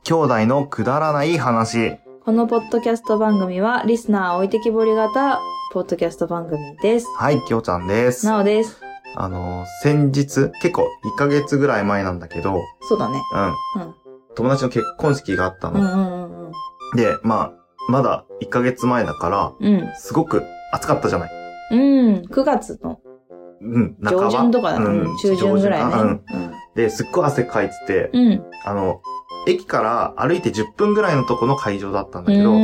兄弟のくだらない話。 このポッドキャスト番組はリスナー置いてきぼり型ポッドキャスト番組です。 はい、きょうちゃんです。 なおです。 先日、結構1ヶ月ぐらい前なんだけど、 そうだね。 うん。友達の結婚式があったの。で、まだ1ヶ月前だから、すごく暑かったじゃない。 9月の。上旬とかだね。中旬ぐらいね。 で、すっごい汗かいてて、駅から歩いて10分ぐらいのとこの会場だったんだけど、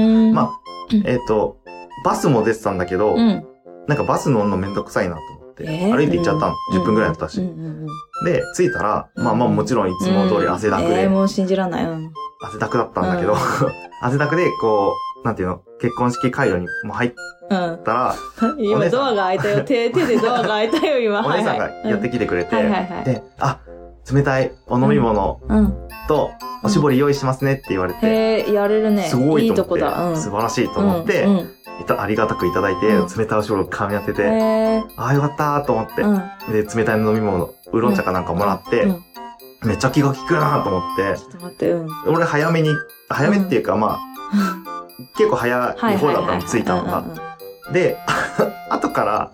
バスも出てたんだけど、なんかバス乗るのめんどくさいなと思って、歩いて行っちゃったの。10分ぐらいだったし。で、着いたら、もちろんいつも通り汗だくで。 もう信じらんない。 汗だくだったんだけど、汗だくで、なんていうの、結婚式会場にも入ったら、 今ドアが開いたよ。手でドアが開いたよ、今。 お姉さんがやってきてくれて、で、冷たいお飲み物とおしぼり用意しますねって言われて、 やれるね。 すごいと思って、 いいとこだ。 素晴らしいと思って、ありがたくいただいて、冷たいおしぼりを噛み当てて、ああよかったーと思って、で、冷たい飲み物、ウーロン茶かなんかもらって、めっちゃ気が利くなーと思って、 ちょっと待って、 俺早めっていうか結構早い方だったの、着いたのが。で、後から、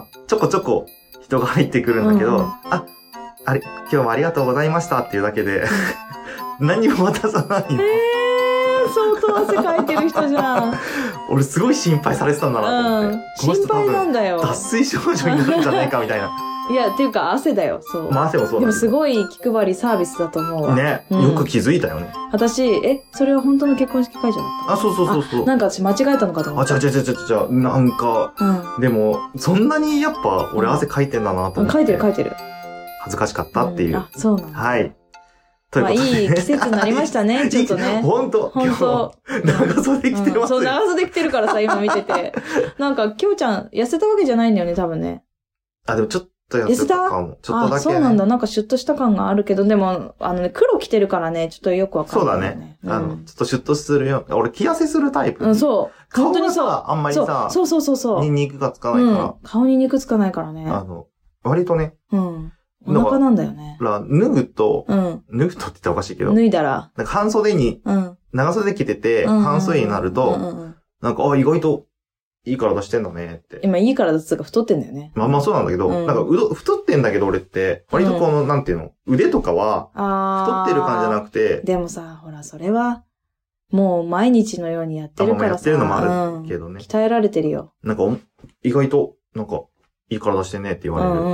ちょこちょこ人が入ってくるんだけど、今日もありがとうございましたっていうだけで、何も渡さないの。 相当汗かいてる人じゃん。 俺すごい心配されてたんだなと思って。 心配なんだよ。 脱水症状になるんじゃないかみたいな。 いや、っていうか汗だよ、そう。 汗もそうだ。 でもすごい気配りサービスだと思うわ。 ね、よく気づいたよね。 私、それは本当の結婚式会場だった？ そう。 なんか私間違えたのかと思った。 違う。なんか、でも、そんなにやっぱ俺汗かいてんだなと思って。 書いてる。 恥ずかしかったっていう。 そうなんだ。 はい。ということで。 いい季節になりましたね、ちょっとね。 ほんと。長袖着てます。 そう、長袖着てるからさ、今見てて。なんか、きょうちゃん、痩せたわけじゃないんだよね、多分ね。 でもちょっと痩せたかも。ちょっとだけ。 そうなんだ。なんかシュッとした感があるけど、でも、黒着てるからね、ちょっとよくわかんない。 そうだね。ちょっとシュッとするよ。俺、着痩せするタイプ。 そう。本当にそう。 あんまりさ、 そう。 に肉がつかないから。 顔に肉つかないからね。 割とね。 お腹なんだよね。 脱ぐとって言ったらおかしいけど。 脱いだら。 なんか半袖に、長袖着てて、半袖になると、なんか、意外といい体してんだねって。 今いい体つうか太ってんだよね。 そうなんだけど、なんか太ってんだけど俺って、割となんていうの、腕とかは、太ってる感じじゃなくて。 でもさ、ほら、それは、もう毎日のようにやってるからさ。 やってるのもあるけどね。 鍛えられてるよ。 なんか、意外と、なんか、いい体してんねって言われる。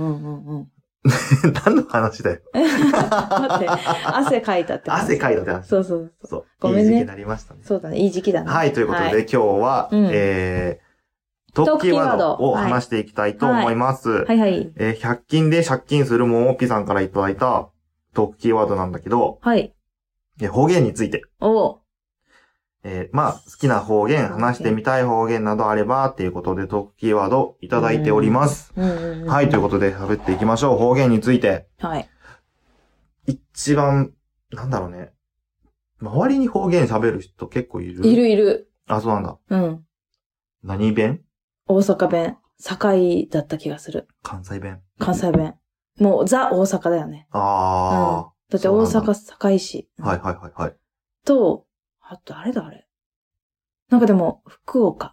何の話だよ。 待って、汗かいたって話。 汗かいたって話。 そう。 ごめんね。いい時期になりましたね。 そうだね、いい時期だね。 はい、ということで、今日は、トークキーワードを話していきたいと思います。 はい。 100均で借金するもんをピさんからいただいたトークキーワードなんだけど、 はい。 方言について。 好きな方言、話してみたい方言などあれば、っていうことでトークキーワードいただいております。はい、ということで喋っていきましょう。方言について。 はい。 一番、なんだろうね。周りに方言喋る人結構いる？ いる。 そうなんだ。何弁？ 大阪弁。堺だった気がする。 関西弁。 もう、ザ大阪だよね。だって大阪堺市。 はい。 と、あと、あれなんかでも、福岡。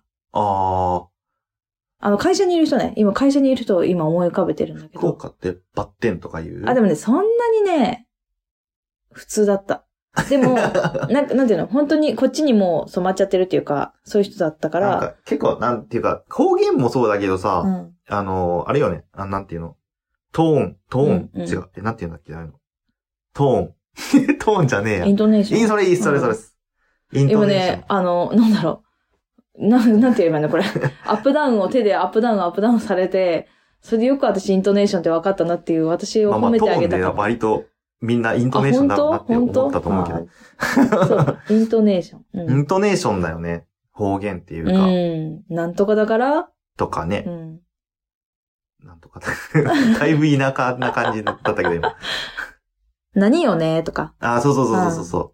会社にいる人ね。今、会社にいる人を今思い浮かべてるんだけど。 福岡ってバッテンとか言う？ でもね、そんなにね、普通だった。でも、なんていうの、本当にこっちにもう染まっちゃってるっていうか、そういう人だったから。 なんか結構、なんていうか、方言もそうだけどさ、あれよね、なんていうの、トーン、違う。なんていうんだっけ、トーンじゃねえや。 イントネーション。 それです。 今ね、なんだろう。なんて言えばいいのこれ。アップダウンを手でアップダウンされて、それでよく私イントネーションって分かったなっていう、私を褒めてあげたかトーンで割とみんなイントネーションだろうなって思ったと思うけど。 そう、イントネーション。 イントネーションだよね。方言っていうか。 なんとかだからとかね。なんとかだ。だいぶ田舎な感じだったけど今。 何よねとか。 そう。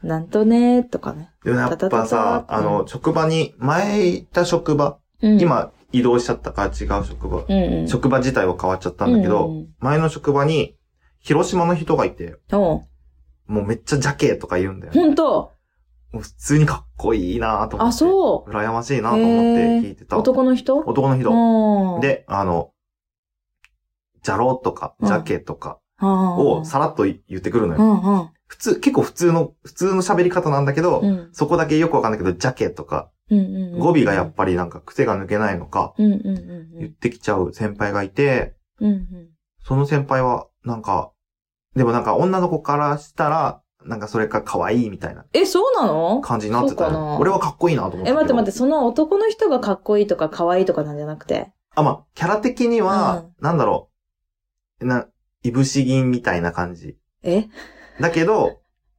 なんとねとかね。 でもやっぱさ、職場に、前いた職場、今移動しちゃったから違う職場、職場自体は変わっちゃったんだけど、前の職場に広島の人がいて、 もうめっちゃジャケとか言うんだよ、 ほんともう普通にかっこいいなと思って。 あ、そう。 羨ましいなと思って聞いてた。 男の人で、ジャロとか、ジャケとかをさらっと言ってくるのよ。結構普通の喋り方なんだけど、そこだけよくわかんないけど、ジャケとか、語尾がやっぱりなんか癖が抜けないのか、言ってきちゃう先輩がいて、その先輩はなんか、でもなんか女の子からしたら、なんかそれか可愛いみたいな。 そうなの感じになってたよ。俺はかっこいいなと思って。 待って、その男の人がかっこいいとか可愛いとかなんじゃなくて。 まあ、キャラ的には、なんだろう。いぶし銀みたいな感じ。だけど、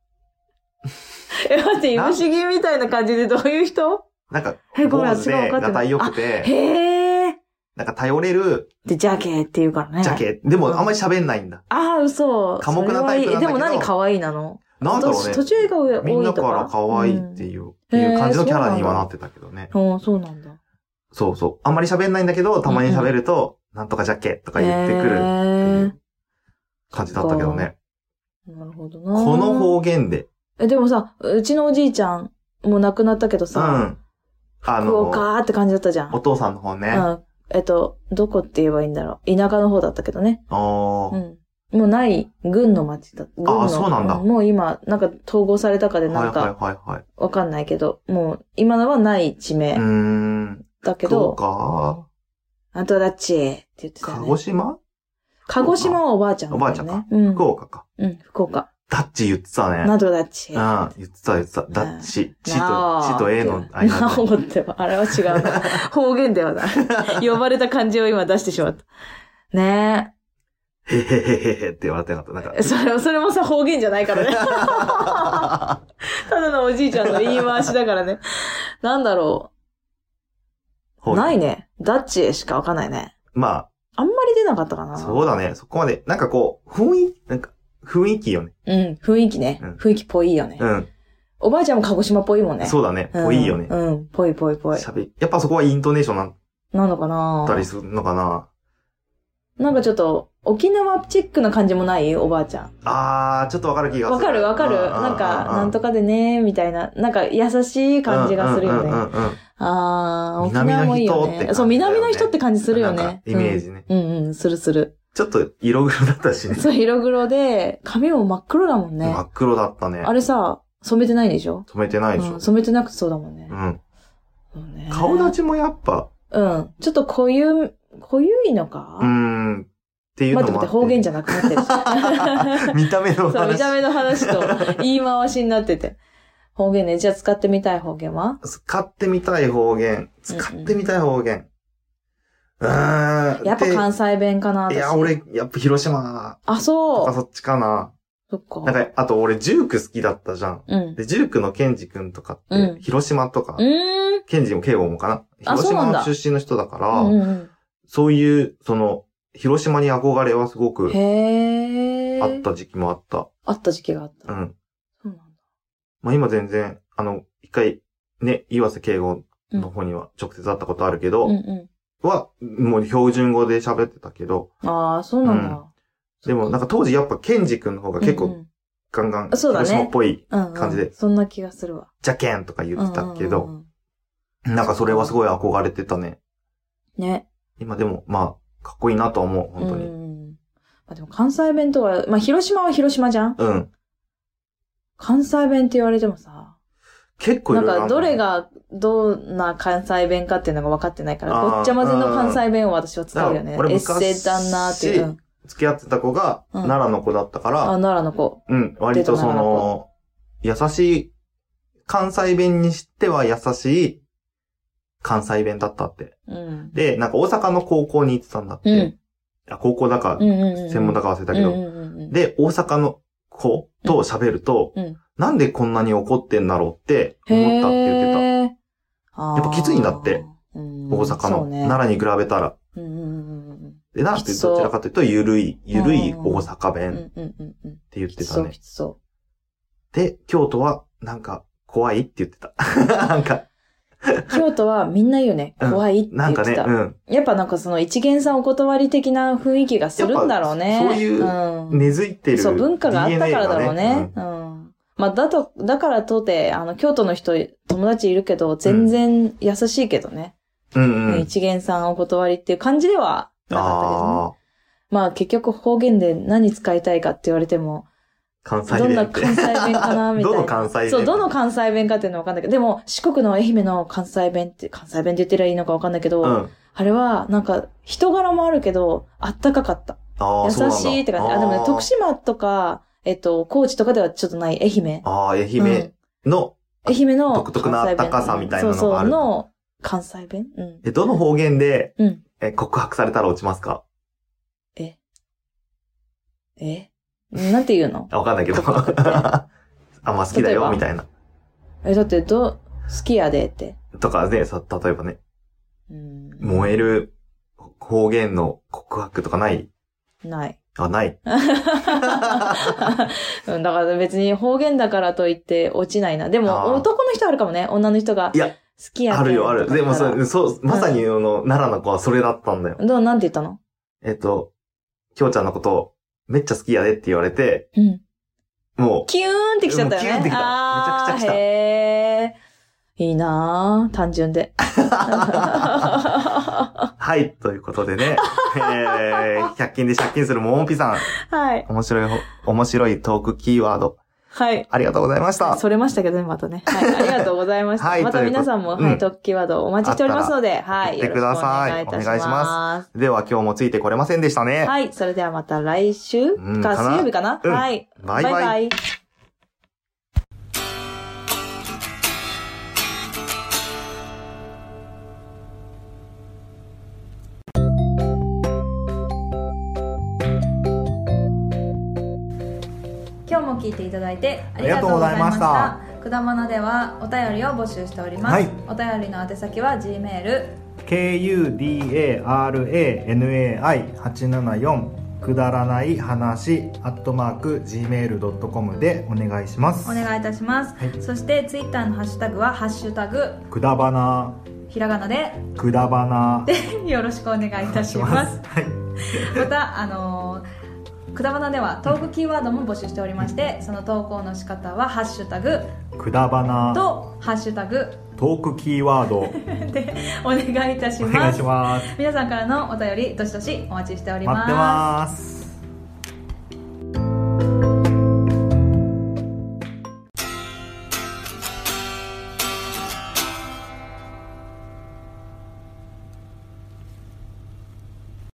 待って、いぶし銀みたいな感じでどういう人？ なんか、坊主で、がたい良くて、なんか頼れる。 で、ジャケって言うからね。 ジャケ。でもあんまり喋んないんだ。 嘘。 寡黙なタイプなんだけど。 でも何可愛いなの？ なんだろうね。 途中が多いとか。 みんなから可愛いっていう感じのキャラにはなってたけどね。 そうなんだ。 そうそう。あんまり喋んないんだけど、たまに喋ると、なんとかジャケとか言ってくるっていう感じだったけどね。 なるほどな。 この方言で。 でもさ、うちのおじいちゃん、もう亡くなったけどさ、福岡って感じだったじゃん。 お父さんの方ね。 どこって言えばいいんだろう。田舎の方だったけどね。もうない、郡の町だった。 そうなんだ。 もう今、なんか統合されたかでなんか、わかんないけど、もう今のはない地名。だけど、あとだっちって言ってたよね。鹿児島はおばあちゃんだよね。 おばあちゃんか。福岡か。 福岡。 ダッチ言ってたね。 なんとダッチ。 言ってた。ダッチ。チと A の間。 なおってば、あれは違うな。方言ではない。呼ばれた漢字を今出してしまった。ねえ。へへへへって言われてなかった。なんか。 それもさ、方言じゃないからね。ただのおじいちゃんの言い回しだからね。なんだろう。ないね。ダッチしかわかんないね。あんまり出なかったかな。 そうだね。そこまで、なんかこう、雰囲気よね。 雰囲気ね。雰囲気っぽいよね。おばあちゃんも鹿児島っぽいもんね。 そうだね。ぽいよね。 ぽい。 やっぱそこはイントネーションなのかなったりするのかな。 なんかちょっと、沖縄チックな感じもないおばあちゃん。 ちょっとわかる気がする。 わかる。なんか、なんとかでね、みたいな。なんか優しい感じがするよね。沖縄もいいよね。そう、南の人って感じするよね。 イメージね。 する。 ちょっと色黒だったしね。 そう、色黒で、髪も真っ黒だもんね。 真っ黒だったね。 あれさ、染めてないでしょ？ 染めてないでしょ。 染めてなくてそうだもんね。 顔立ちもやっぱ。 ちょっと濃ゆいのかっていうのも待って、方言じゃなくなってる。 見た目の話。 そう、見た目の話と言い回しになってて。方言ね。じゃあ使ってみたい方言は？ 使ってみたい方言。 やっぱ関西弁かな。 いや、俺、やっぱ広島。 そう。 そっちかな。 そっか。 なんか、あと俺、ジューク好きだったじゃん。で、ジュークのケンジ君とかって、広島とか、ケンジもケイゴもかな。広島出身の人だから、そういう、広島に憧れはすごく、あった時期もあった。 あった時期があった。 そうなんだ。今全然、一回、ね、岩瀬ケイゴの方には直接会ったことあるけど、もう標準語で喋ってたけど。 そうなんだ。 でもなんか当時やっぱケンジ君の方が結構ガンガン広島っぽい感じで。 そんな気がするわ。 ジャケンとか言ってたけど、なんかそれはすごい憧れてたね。 ね。 今でもかっこいいなと思う、本当に。 でも関西弁とは、広島は広島じゃん？関西弁って言われてもさ、 結構いろいろある。 なんかどれがどんな関西弁かっていうのが分かってないから、ごっちゃ混ぜの関西弁を私は使うよね。エッセ旦那っていう。 付き合ってた子が奈良の子だったから、 奈良の子。 割と優しい、関西弁にしては優しい関西弁だったって。で、なんか大阪の高校に行ってたんだって。高校だか、専門だか忘れたけど。で、大阪の子と喋ると、なんでこんなに怒ってんだろうって思ったって言ってた。やっぱきついんだって。大阪の。奈良に比べたら。で、なんてどちらかというと、ゆるい大阪弁って言ってたね。で、京都はなんか怖いって言ってた。なんか。 京都はみんな言うね。怖いって言ってた。 なんかね、 やっぱなんかその一元さんお断り的な雰囲気がするんだろうね。 そういう根付いてる、 そう、文化があったからだろうね。まあ、だからとて、京都の人、友達いるけど、全然優しいけどね。一元さんお断りっていう感じではなかったけどね。まあ、結局方言で何使いたいかって言われても、 関西弁どんな関西弁かなみたいな。 どの関西弁そう、どの関西弁かっていうのはわかんないけど、でも、四国の愛媛の関西弁って言ってりゃいいのかわかんないけど、あれは、なんか、人柄もあるけど、あったかかった。優しいって感じ。でもね、徳島とか、高知とかではちょっとない愛媛。 愛媛の、 愛媛の独特なあったかさみたいなのがある。 の関西弁どの方言で、告白されたら落ちますか？ なんて言うの？ わかんないけど。あ、まあ好きだよ、みたいな。 だって、好きやでって。 とかね、例えばね。燃える方言の告白とかない？ ない。 ない。 だから別に方言だからといって落ちないな。でも、男の人あるかもね。女の人が。いや、好きやで。 あるよ、ある。でもそう、まさに奈良の子はそれだったんだよ。 なんて言ったの？ きょうちゃんのことめっちゃ好きやでって言われて、もう。 キューンってきちゃったよね。 キューンってきた。めちゃくちゃ来た。 いいなぁ、単純で。 はい、ということでね、100均で借金するももぴさん。 はい。 面白いトークキーワード。 はい。 ありがとうございました。 それましたけどね、またね。はい。ありがとうございました。はい。また皆さんも、はい、トークキーワードお待ちしておりますので、はい。 よろしくお願いいたします。では今日もついてこれませんでしたね。 はい。それではまた来週か、水曜日かな？はい。 バイバイ。 今日も聞いていただいてありがとうございました。くだまなではお便りを募集しております。はい、お便りの宛先は G メール kudaranai874くだらない話@gmail.com でお願いします。 お願いいたします。はい、そしてツイッターのハッシュタグはハッシュタグくだばな、 ひらがなでくだばなでよろしくお願いいたします。 はい、 またくだばなではトークキーワードも募集しておりまして、その投稿の仕方はハッシュタグくだばなとハッシュタグトークキーワードでお願いいたします。 お願いします。 皆さんからのお便りどしどしお待ちしております。 待ってます。